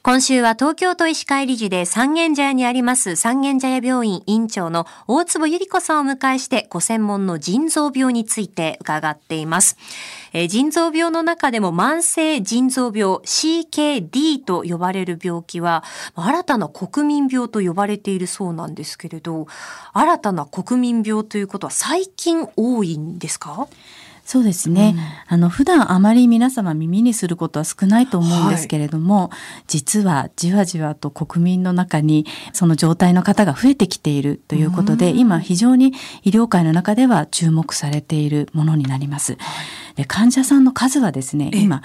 今週は東京都医師会理事で三軒茶屋にあります三軒茶屋病院院長の大坪百合子さんをお迎えしてご専門の腎臓病について伺っています。腎臓病の中でも慢性腎臓病 CKD と呼ばれる病気は新たな国民病と呼ばれているそうなんですけれど、新たな国民病ということは最近多いんですか？ そうですね、普段あまり皆様耳にすることは少ないと思うんですけれども、実はじわじわと国民の中にその状態の方が増えてきているということで、今非常に医療界の中では注目されているものになります。で、患者さんの数はですね、今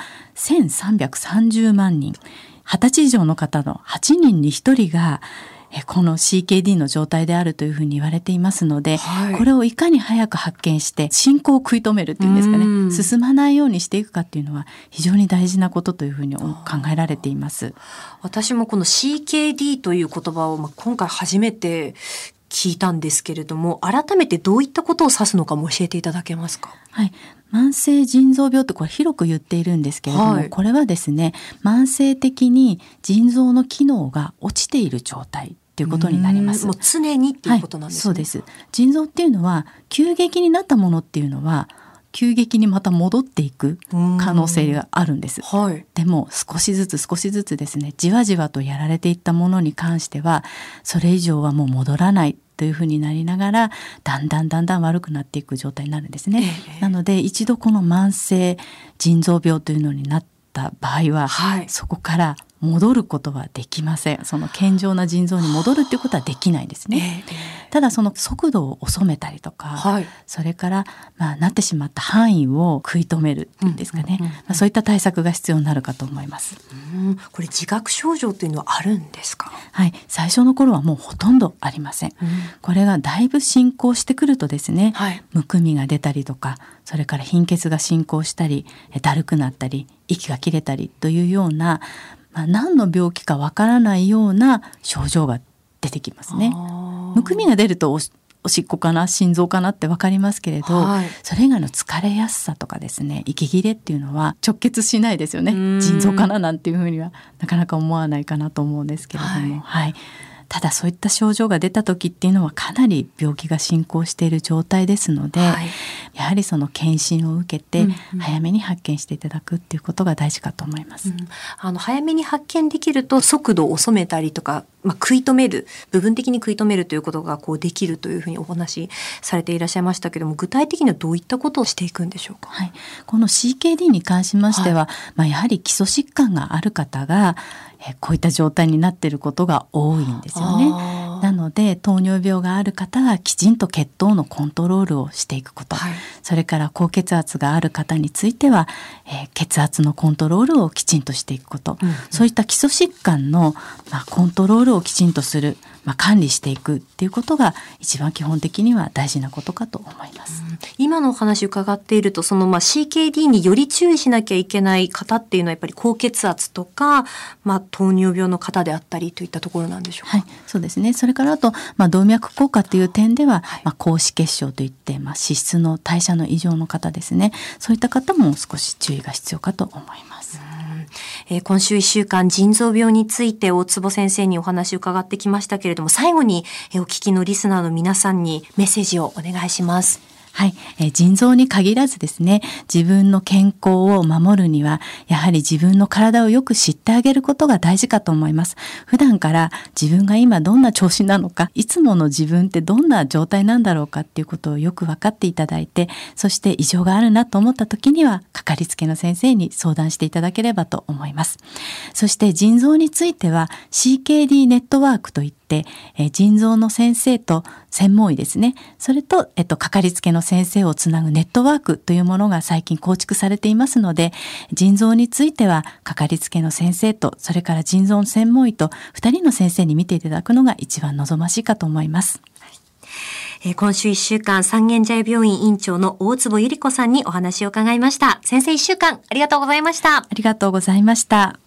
1330万人、20歳以上の方の8人に1人がこの CKD の状態であるというふうに言われていますので、これをいかに早く発見して進行を食い止めるっていうんですかね、進まないようにしていくかっていうのは非常に大事なことというふうに考えられています。 私もこの CKD という言葉を今回初めて聞いたんですけれども、改めてどういったことを指すのかも教えていただけますか？ はい、慢性腎臓病ってこれ広く言っているんですけれども、これはですね、慢性的に腎臓の機能が落ちている状態ということになります。 もう常にっていうことなんですね。 そうです。腎臓っていうのは急激になったものっていうのは急激にまた戻っていく可能性があるんです。でも少しずつですね、じわじわとやられていったものに関してはそれ以上はもう戻らないというふうになりながらだんだん悪くなっていく状態になるんですね。なので一度この慢性腎臓病というのになった場合は、そこから戻ることはできません。その健常な腎臓に戻るっていうことはできないんですね。ただその速度を遅めたりとか、それからなってしまった範囲を食い止めるっていうんですかね、そういった対策が必要になるかと思います。 これ自覚症状というのはあるんですか？ はい、最初の頃はもうほとんどありません。これがだいぶ進行してくるとですね、むくみが出たりとか、それから貧血が進行したり、だるくなったり、息が切れたりというような何の病気かわからないような症状が出てきますね。むくみが出るとおしっこかな心臓かなってわかりますけれど、それ以外の疲れやすさとかですね、息切れっていうのは直結しないですよね。腎臓かななんていうふうにはなかなか思わないかなと思うんですけれども、ただそういった症状が出た時っていうのはかなり病気が進行している状態ですので、やはりその検診を受けて早めに発見していただくっていうことが大事かと思います。 早めに発見できると速度を遅めたりとか、食い止める、部分的に食い止めるということができるというふうにお話しされていらっしゃいましたけども、具体的にはどういったことをしていくんでしょうか？ この CKD に関しましては、やはり基礎疾患がある方がこういった状態になっていることが多いんですよね。なので糖尿病がある方はきちんと血糖のコントロールをしていくこと、それから高血圧がある方については、血圧のコントロールをきちんとしていくこと、そういった基礎疾患の、コントロールをきちんとする、管理していくっていうことが一番基本的には大事なことかと思います。 今のお話伺っていると、そのCKD により注意しなきゃいけない方っていうのはやっぱり高血圧とか、糖尿病の方であったりといったところなんでしょうか？ そうですね。それからあと、動脈硬化という点では、高脂血症といって、脂質の代謝の異常の方ですね。そういった方も少し注意が必要かと思います。 今週1週間腎臓病について大坪先生にお話を伺ってきましたけれども、最後にお聞きのリスナーの皆さんにメッセージをお願いします。 腎臓に限らずですね、自分の健康を守るにはやはり自分の体をよく知ってあげることが大事かと思います。普段から自分が今どんな調子なのか、いつもの自分ってどんな状態なんだろうかっていうことをよく分かっていただいて、そして異常があるなと思った時にはかかりつけの先生に相談していただければと思います。そして腎臓については CKD ネットワークといって、腎臓の先生と専門医ですね、それと、かかりつけの先生をつなぐネットワークというものが最近構築されていますので、腎臓についてはかかりつけの先生と、それから腎臓の専門医と2人の先生に見ていただくのが一番望ましいかと思います。 今週1週間三軒茶屋病院院長の大坪百合子さんにお話を伺いました。先生、1週間ありがとうございました。 ありがとうございました。